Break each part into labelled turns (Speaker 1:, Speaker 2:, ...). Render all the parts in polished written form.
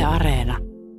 Speaker 1: Areena.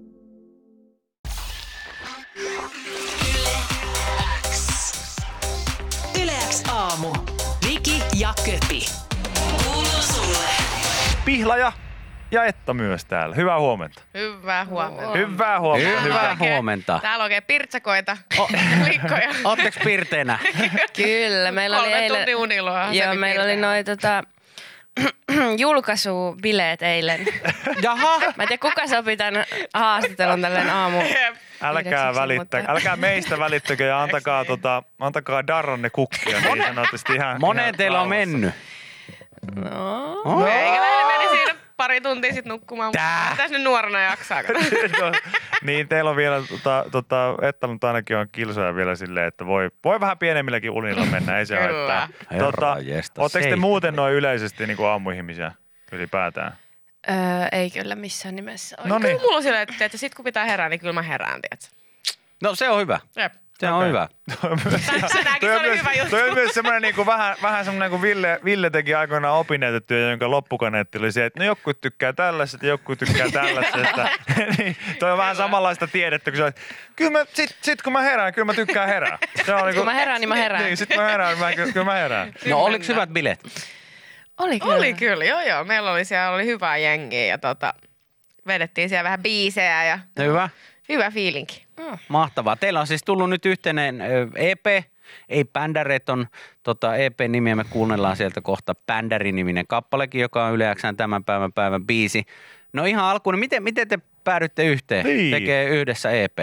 Speaker 1: Yle X aamu. Viki ja Köpi. Kuuluu sulle.
Speaker 2: Pihlaja ja Etta myös täällä. Hyvää huomenta.
Speaker 3: Hyvää huomenta.
Speaker 2: Hyvää huomenta.
Speaker 4: Hyvää huomenta.
Speaker 3: Täällä on oikein pirtsakoita, likkoja.
Speaker 4: Ootteko pirteenä?
Speaker 5: Kyllä, meillä oli
Speaker 3: 3
Speaker 5: eilen...
Speaker 3: tunnin uniloa.
Speaker 5: Joo, meillä oli noi julkaisubileet eilen.
Speaker 4: Jaha.
Speaker 5: Mä en tiedä, kuka sopi tän haastattelun tälleen aamu.
Speaker 2: Älkää meistä välittäkö ja antakaa Darranne kukkia. Niin sanotusti ihan,
Speaker 4: Moneen teillä on mennyt.
Speaker 5: No.
Speaker 3: Eikä meni siinä pari tuntia sitten nukkumaan. Mitäs nyt nuorena jaksaa?
Speaker 2: Niin, teillä on vielä, Etta nyt ainakin on kilsoja vielä silleen, että voi vähän pienemmilläkin unilla mennä, ei se haittaa. Ootteko te muuten noin yleisesti niin kuin aamuihmisiä ylipäätään?
Speaker 5: Ei kyllä missään nimessä ole.
Speaker 2: No niin.
Speaker 3: Kyllä mulla on silleen, että sit kun pitää herää, niin kyllä mä herään, tiedätkö?
Speaker 4: No se on hyvä.
Speaker 3: Jep.
Speaker 4: Se on hyvä.
Speaker 3: Tänäänkin se oli hyvä juttu.
Speaker 2: Toi on myös semmoinen niin kuin vähän semmoinen kuin Ville teki aikoinaan opinnäytetyö, jonka loppukaneetti oli se, että no joku tykkää tällaisesta ja joku tykkää tällaisesta. Niin, toi on vähän samanlaista tiedettä, kun se on, kyllä mä, sit kun mä herään, kyllä mä tykkään herää. Se on niin
Speaker 5: Kun mä herään, niin mä herään.
Speaker 2: Niin, sit mä herään, kyllä mä herään.
Speaker 4: No oliko hyvät bileet?
Speaker 5: Oli
Speaker 3: kyllä, joo. Meillä oli siellä hyvää jengiä ja vedettiin siellä vähän biisejä ja
Speaker 4: Hyvä.
Speaker 3: hyvä fiilinki.
Speaker 4: Mahtavaa. Teillä on siis tullut nyt yhteinen EP, ei Bändäreton EP-nimiä. Me kuunnellaan sieltä kohta Bändäri-niminen kappalekin, joka on Yle X:n tämän päivän biisi. No ihan alkuun, miten te päädytte yhteen tekee yhdessä EP?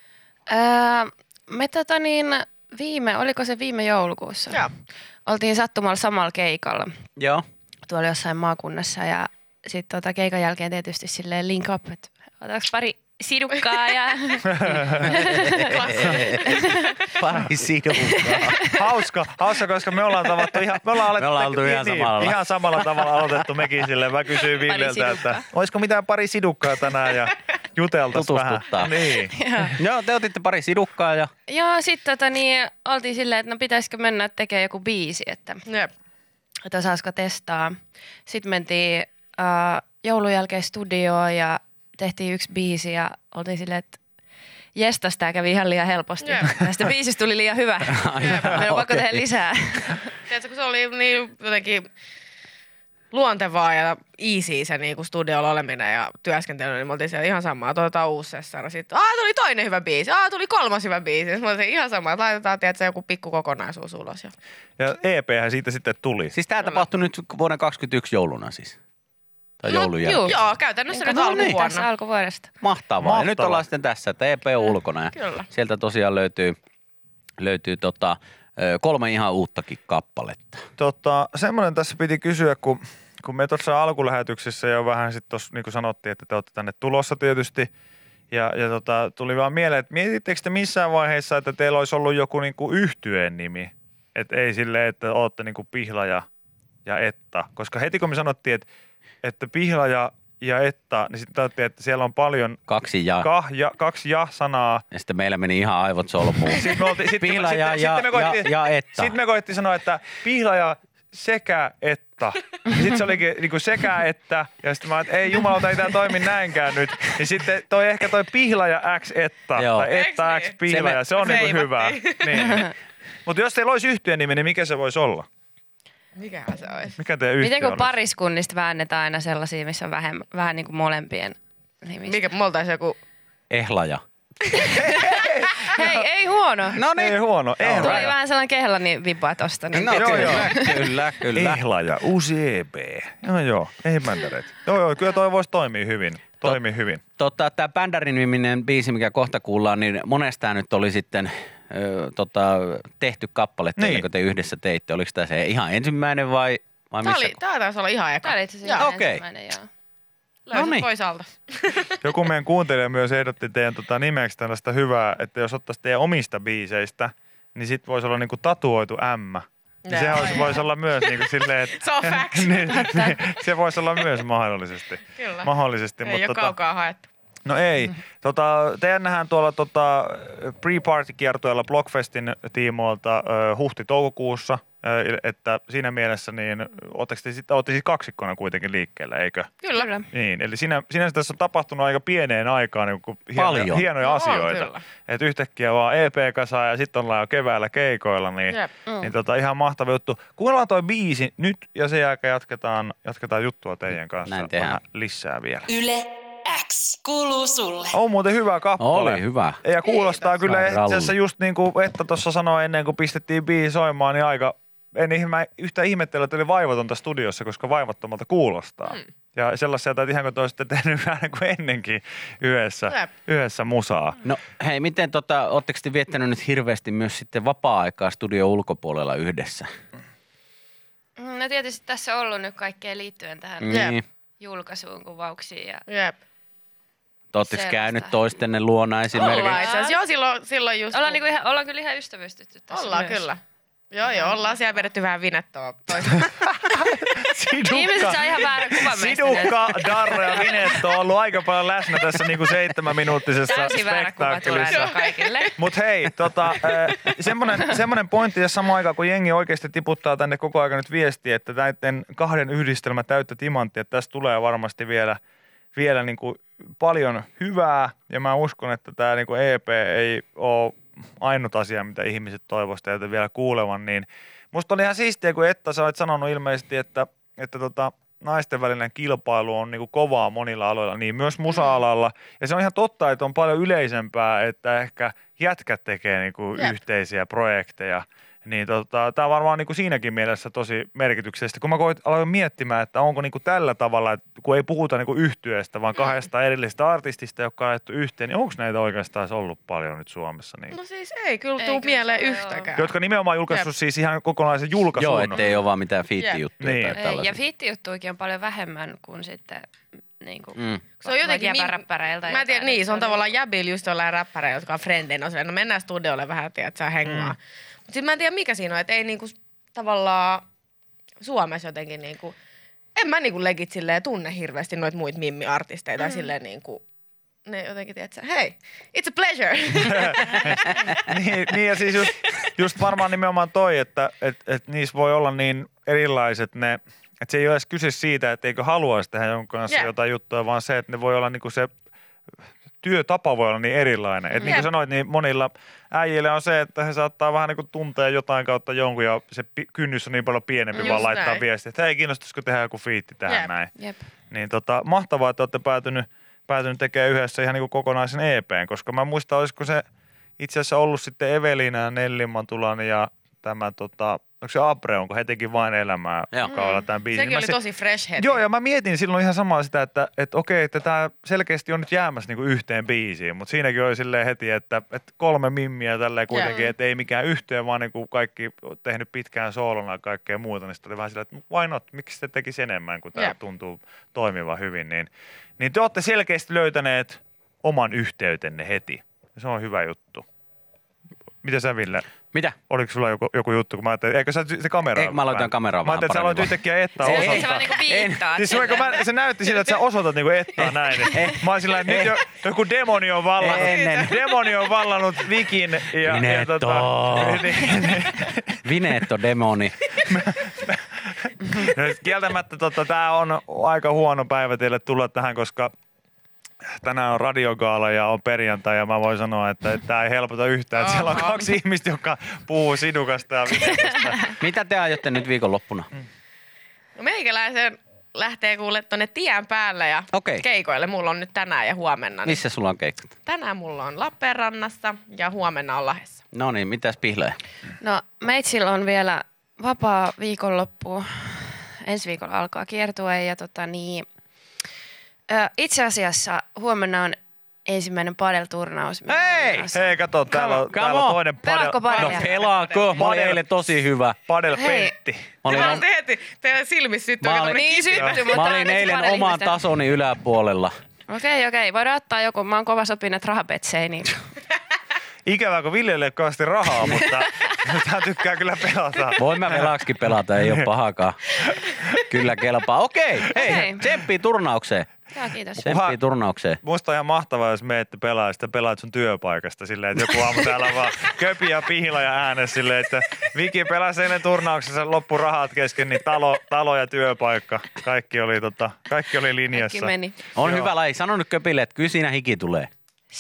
Speaker 5: Me oliko se viime joulukuussa?
Speaker 3: Joo.
Speaker 5: Oltiin sattumalla samalla keikalla
Speaker 4: Joo.
Speaker 5: tuolla jossain maakunnassa ja sitten keikan jälkeen tietysti silleen link up, että otetaanko pari sidukkaa ja...
Speaker 4: Pari sidukkaa.
Speaker 2: Hauska, koska me ollaan tavattu ihan samalla tavalla aloitettu mekin silleen. Mä kysyin Villeltä, että olisiko mitään pari sidukkaa tänään ja juteltaisiin vähän.
Speaker 4: Tutustuttaa.
Speaker 2: Niin.
Speaker 4: Joo, te otitte pari sidukkaa ja...
Speaker 5: Joo, sitten oltiin silleen, että no pitäisikö mennä tekemään joku biisi, että osaisiko testaa. Sitten mentiin joulun jälkeen studioon ja tehtiin yksi biisi ja oltiin silleen, että jestas, tää kävi ihan liian helposti. Tästä biisistä tuli liian hyvä. Meillä on pakko tehdä lisää.
Speaker 3: Tiedätkö, kun se oli niin jotenkin luontevaa ja easy se niin kuin studiolla oleminen ja työskentely, niin me oltiin siellä ihan samaa. Otetaan uusi sessara. Sitten tuli toinen hyvä biisi. Tuli 3 hyvä biisi. Sitten me oltiin ihan samaa, että laitetaan tiedätkö, joku pikku kokonaisuus ulos. Ja
Speaker 2: EPhän siitä sitten tuli.
Speaker 4: Siis tää tapahtui nyt vuoden 2021 jouluna siis. Tai joulun jälkeen.
Speaker 3: Joo, käytännössä nyt alkuvuonna.
Speaker 5: Tässä alkuvuodesta.
Speaker 4: Mahtavaa. Ja nyt ollaan sitten tässä, että EP on ulkona. Ja
Speaker 3: Kyllä.
Speaker 4: sieltä tosiaan löytyy 3 ihan uuttakin kappaletta.
Speaker 2: Semmoinen tässä piti kysyä, kun me tuossa alkulähetyksessä jo vähän sitten tuossa niin kuin sanottiin, että te olette tänne tulossa tietysti. Ja tuli vaan mieleen, että mietittekö te missään vaiheessa, että teillä olisi ollut joku niin kuin yhtyeen nimi? Että ei silleen, että olette niin kuin Pihlaja ja Etta. Koska heti kun me sanottiin, että Pihlaja ja Etta, niin sitten tajuttiin, että siellä on paljon
Speaker 4: 2 ja.
Speaker 2: 2 ja-sanaa.
Speaker 4: Ja sitten meillä meni ihan aivot solmuun. Pihlaja ja Etta.
Speaker 2: Sitten me koettiin sanoa, että Pihlaja sekä Etta. Ja sitten se olikin niinku sekä Että. Ja sitten mä että ei jumalauta, ei tämä toimi näinkään nyt. Ja sitten ehkä toi Pihlaja X Etta.
Speaker 4: Joo.
Speaker 2: Tai Etta X Pihlaja. Se on niinku hyvä. Niin. Mutta jos teillä olisi yhtyeen nimi, niin mikä se voisi olla?
Speaker 3: Mikähän se olisi?
Speaker 2: Mikä teidän yhtiö
Speaker 5: Miten kun
Speaker 2: olisi?
Speaker 5: pariskunnista väännetään aina sellaisia, missä on vähän niin kuin molempien nimistä.
Speaker 3: Me oltaisiin joku...
Speaker 4: Ehlaja.
Speaker 5: Hei, ei huono.
Speaker 4: No niin.
Speaker 2: Ei huono.
Speaker 5: Tuli vähän sellainen kehlani vipaa tosta. Niin
Speaker 4: No kyllä.
Speaker 2: Ehlaja, uusi EP. Joo, ei Bändäreitä. Joo, kyllä toi voisi toimia hyvin. Hyvin.
Speaker 4: Tämä Bändäri-niminen biisi, mikä kohta kuullaan, niin monesta nyt oli sitten tehty kappale, kun te yhdessä teitte. Oliko tämä se ihan ensimmäinen vai missä?
Speaker 3: Tämä taisi olla ihan eka.
Speaker 5: Tämä oli itse asiassa
Speaker 4: Okei.
Speaker 5: ensimmäinen, joo.
Speaker 3: Löysit pois alta.
Speaker 2: Joku meidän kuuntelija myös ehdotti teidän nimeksi tällaista hyvää, että jos ottaisi teidän omista biiseistä, niin sit voisi olla niinku tatuoitu M. Niin se voisi olla myös niinku silleen, että...
Speaker 3: Se on facts.
Speaker 2: niin, se voisi olla myös mahdollisesti.
Speaker 3: Kyllä.
Speaker 2: Mahdollisesti.
Speaker 3: Ei ole kaukaa haettu.
Speaker 2: No ei. Teidänhän tuolla pre-party-kiertueella Blockfestin tiimoilta huhti-toukokuussa että siinä mielessä niin ootte siis kaksikkona kuitenkin liikkeellä, eikö?
Speaker 3: Kyllä.
Speaker 2: Niin, eli sinänsä tässä on tapahtunut aika pieneen aikaan niin hienoja asioita. Että yhtäkkiä vaan EP-kasaa ja sitten ollaan jo keväällä keikoilla, niin ihan mahtava juttu. Kuunnellaan toi biisi nyt ja sen jälkeen jatketaan juttua teidän kanssa.
Speaker 4: Näin tehdään.
Speaker 2: Vähän lisää vielä.
Speaker 1: Yle X kuuluu sulle.
Speaker 2: On muuten hyvä kappale.
Speaker 4: Oli hyvä.
Speaker 2: Ja kuulostaa
Speaker 3: Kiitos.
Speaker 2: kyllä itse asiassa just niin kuin Etta tuossa sanoi ennen kuin pistettiin biisi soimaan, niin en yhtään ihmettellä, että oli vaivatonta studiossa, koska vaivattomalta kuulostaa. Ja sellaisia, että ihan kuin te olisitte tehnyt vähän kuin ennenkin yhdessä musaa.
Speaker 4: No hei, miten ootteko te viettänyt nyt hirveästi myös sitten vapaa-aikaa studio ulkopuolella yhdessä?
Speaker 5: No tietysti tässä on ollut nyt kaikkea liittyen tähän
Speaker 4: Niin.
Speaker 5: julkaisuun, kuvauksiin ja
Speaker 3: Jep.
Speaker 4: Ootteko
Speaker 5: Sellaista.
Speaker 4: käynyt toistenne luona esimerkiksi?
Speaker 3: Ollaan itse asiassa. Joo, silloin just.
Speaker 5: ollaan kyllä ihan ystävystytty tässä
Speaker 3: Ollaan
Speaker 5: myös.
Speaker 3: kyllä. Joo, ollaan siellä vedetty vähän vinettoa
Speaker 5: Ihmiset saa ihan väärän kuvan meistä.
Speaker 2: Sidukka, Darro ja Vinetto on ollut aika paljon läsnä tässä niinku 7-minuuttisessa
Speaker 5: Täysin väärä kuva tulee
Speaker 2: spektaakkelissa.
Speaker 5: kaikille.
Speaker 2: Mut hei, semmonen pointti, ja samaan aikaan kun jengi oikeasti tiputtaa tänne koko ajan nyt viestiä, että näiden kahden yhdistelmä täyttä timanttia, että tästä tulee varmasti vielä niinku paljon hyvää, ja mä uskon, että tämä niinku EP ei ole ainut asia, mitä ihmiset toivoisivat teiltä vielä kuulevan, niin musta oli ihan siistiä, kun Etta sä olet sanonut ilmeisesti, että naisten välinen kilpailu on niinku kovaa monilla aloilla, niin myös musa-alalla. Ja se on ihan totta, että on paljon yleisempää, että ehkä jätkät tekee niinku yhteisiä projekteja. Niin tämä on varmaan niinku siinäkin mielessä tosi merkityksellistä. Kun mä aloin miettimään, että onko niinku tällä tavalla, että kun ei puhuta niinku yhtyeestä, vaan kahdesta erillisestä artistista, jotka on ajettu yhteen, niin onko näitä oikeastaan ollut paljon nyt Suomessa? Niin?
Speaker 3: No siis ei kyllä
Speaker 5: Ei
Speaker 3: tuu
Speaker 5: kyllä
Speaker 3: mieleen
Speaker 5: kyllä
Speaker 3: yhtäkään.
Speaker 2: Jotka nimenomaan julkaissut siis ihan kokonaisen julkaisun.
Speaker 4: Joo, ettei ole vaan mitään fiittijuttuja
Speaker 2: Niin.
Speaker 4: tai
Speaker 5: Ei,
Speaker 4: tällaisia.
Speaker 5: ja fiittijuttuikin on paljon vähemmän kuin sitten niinku,
Speaker 3: Se on jotenkin
Speaker 5: jäbäräppäreiltä.
Speaker 3: Mä en tiedä, niin, se on tavallaan jäbil just jollain räppäreillä, jotka on frendein. No mennään studiolle vähän, että saa hengaa. Mutta sit mä en tiedä mikä siinä on, että ei niinku tavallaan Suomessa jotenkin niinku, en mä niinku legit silleen tunne hirveästi noita muita mimmi-artisteita ja silleen niinku, ne jotenkin tiedät hei, it's a pleasure.
Speaker 2: niin ja siis just varmaan nimenomaan toi, että niissä voi olla niin erilaiset ne, että se ei ole edes kyse siitä, että eikö haluaisi tehdä jonkun kanssa jotain juttua, vaan se, että ne voi olla niinku se työtapa voi olla niin erilainen. Että niin kuin sanoit, niin monilla äijillä on se, että he saattaa vähän niin kuin tuntea jotain kautta jonkun ja se kynnys on niin paljon pienempi
Speaker 3: Just
Speaker 2: vaan laittaa
Speaker 3: näin.
Speaker 2: viestiä, että hei, kiinnostaisiko tehdä joku fiitti tähän
Speaker 3: Jep.
Speaker 2: näin.
Speaker 5: Jep.
Speaker 2: Niin mahtavaa, että olette päätynyt tekemään yhdessä ihan niin kuin kokonaisen EP:n, koska mä muistan, olisiko se itse asiassa ollut sitten Evelina ja Nelli Mantulan ja tämä onko se Abreu, kun he teki vain elämää kaudella tämän biisin.
Speaker 3: Sekin oli tosi fresh heti.
Speaker 2: Joo, ja mä mietin silloin ihan samaa sitä, että okei, että tämä selkeästi on nyt jäämässä niinku yhteen biisiin, mutta siinäkin oli silleen heti, että 3 mimmiä tälleen kuitenkin, että ei mikään yhteen, vaan niinku kaikki on tehnyt pitkään soolona ja kaikkea muuta, niin sitten oli vähän silleen, että why not, miksi se tekisi enemmän, kun tämä tuntuu toimivan hyvin, niin te olette selkeästi löytäneet oman yhteytenne heti, ja se on hyvä juttu. Mitä sä, Ville?
Speaker 4: Mitä?
Speaker 2: Oliko sulla joku juttu, kun mä ajattelin, eikö sä se kamera?
Speaker 4: Eikö mä aloitan kameraa
Speaker 2: Mä ajattelin, että sä aloit
Speaker 4: paremmin
Speaker 2: yhtäkkiä Ettaa
Speaker 5: Ei,
Speaker 2: osoittaa.
Speaker 5: se vaan niinku viittaa.
Speaker 2: Siis se näytti siltä, että sä osoitat niinku Ettaa näin. Mä oon sillä, että nyt joku demoni on vallannut.
Speaker 4: Ennen.
Speaker 2: Demoni on vallannut Vikin.
Speaker 4: Vinetto demoni.
Speaker 2: No, kieltämättä tää on aika huono päivä teille tulla tähän, koska tänään on radiogaala ja on perjantai ja mä voin sanoa, että tää ei helpota yhtään. Että siellä on 2 ihmistä, jotka puhuu Sidukasta ja Vinetosta.
Speaker 4: Mitä te aiotte nyt viikonloppuna?
Speaker 3: No meikäläisen lähtee kuule tonne tien päälle ja keikoille. Mulla on nyt tänään ja huomenna. Niin
Speaker 4: Missä sulla on keikkat?
Speaker 3: tänään mulla on Lappeenrannassa ja huomenna on Lahdessa.
Speaker 4: No niin, mitäs pihlejä?
Speaker 5: No meitsillä on vielä vapaa viikonloppu. Ensi viikolla alkaa kiertue ja itse asiassa huomenna on ensimmäinen padel-turnaus.
Speaker 2: Hei, kato, täällä on toinen
Speaker 5: Pelaatko padelia?
Speaker 4: No pelaako? Mä olin eilen tosi hyvä.
Speaker 2: Padel-pentti.
Speaker 3: Teidän silmissä syttyy.
Speaker 5: Niin sytty, mutta
Speaker 4: Mä olin eilen oman tasoni yläpuolella.
Speaker 5: Okei. Voidaan ottaa joku. Mä oon kova sopinut rahapetseihin. Niin.
Speaker 2: Ikävää, kun Ville ei ole kovasti rahaa, mutta hän tykkää kyllä pelata.
Speaker 4: Voin mä velaksikin pelata, ei ole pahakaan. Kyllä kelpaa. Okei, hei,
Speaker 5: Okei.
Speaker 4: tsemppii turnaukseen.
Speaker 5: Joo, kiitos.
Speaker 4: Tsemppii turnaukseen.
Speaker 2: Musta on ihan mahtavaa, jos menette pelaa ja sitten pelaat sun työpaikasta silleen, että joku aamu täällä vaan köpi ja pihla ja äänes silleen, että Viki pelasi ennen turnauksessa, loppu rahat kesken, niin talo ja työpaikka. Kaikki oli linjassa.
Speaker 5: Kaikki meni.
Speaker 4: On
Speaker 2: Joo.
Speaker 4: hyvä laji. Sano nyt Köpille, että kyllä siinä hiki tulee.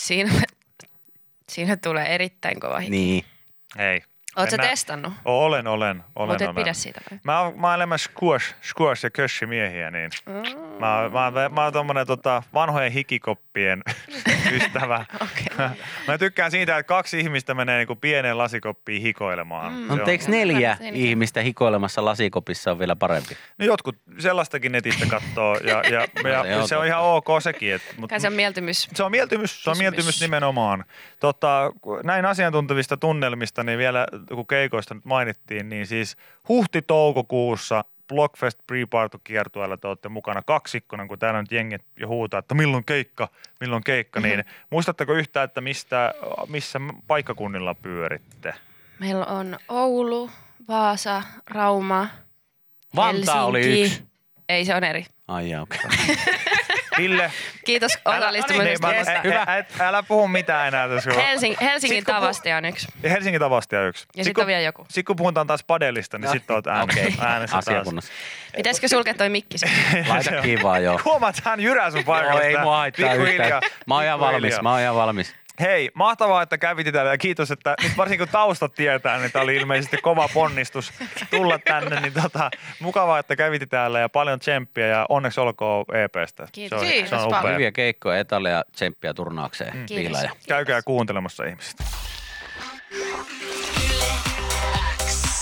Speaker 5: Siinä tulee erittäin kova hiki.
Speaker 4: Niin.
Speaker 2: Hei.
Speaker 5: Oletko sä testannut?
Speaker 2: Olen.
Speaker 5: Mutta et pidä siitä vai?
Speaker 2: Mä oon enemmän squash ja köshimiehiä, niin mä oon tommonen vanhojen hikikoppien ystävä.
Speaker 5: Okay.
Speaker 2: Mä tykkään siitä, että 2 ihmistä menee niinku pieneen lasikoppiin hikoilemaan.
Speaker 4: Mutta eikö 4 ihmistä hikoilemassa lasikopissa on vielä parempi?
Speaker 2: No jotkut sellaistakin netistä katsoo ja se on ihan ok sekin.
Speaker 5: Kai se on mieltymys.
Speaker 2: Se on mieltymys nimenomaan. Näin asiantuntevista tunnelmista, niin vielä kun keikoista nyt mainittiin, niin siis huhti-toukokuussa Blockfest Pre-Party-kiertueella te olette mukana kaksikkonen, kun täällä nyt jengit jo huutaa, että milloin keikka, niin muistatteko yhtään, että missä paikkakunnilla pyöritte?
Speaker 5: Meillä on Oulu, Vaasa, Rauma,
Speaker 4: Vantaa
Speaker 5: Helsinki.
Speaker 4: oli 1.
Speaker 5: Ei, se on eri.
Speaker 4: Ai okei.
Speaker 2: Ville.
Speaker 5: Kiitos osallistumisesta.
Speaker 2: Älä puhu mitään enää tässä.
Speaker 5: Helsingin Tavastia on 1.
Speaker 2: Helsingin Tavastia 1.
Speaker 5: Ja sitten on vielä joku.
Speaker 2: Sitten kun puhutaan taas padellista, niin sitten olet äänessä taas.
Speaker 4: Asiakunnassa.
Speaker 5: Pitäisikö sulkea toi mikki?
Speaker 4: Laita kivaa, joo.
Speaker 2: Huomaat, hän jyrää sun paikasta.
Speaker 4: Ei mua haittaa yhtään. Mä oon ihan valmis.
Speaker 2: Hei, mahtavaa, että kävitte täällä ja kiitos, että nyt varsinkin kun taustat tietää, niin tämä oli ilmeisesti kova ponnistus tulla tänne, niin mukavaa, että kävitte täällä ja paljon tsemppiä ja onneksi olkoon EP:stä.
Speaker 5: Kiitos.
Speaker 2: Se on upea.
Speaker 4: Hyviä keikkoja Etalle ja tsemppiä turnaukseen. Piilaaja.
Speaker 2: Käykää kuuntelemassa ihmiset.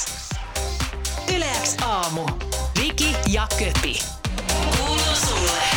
Speaker 1: Yle X aamu. Viki ja Köpi. Kuuluu sulle.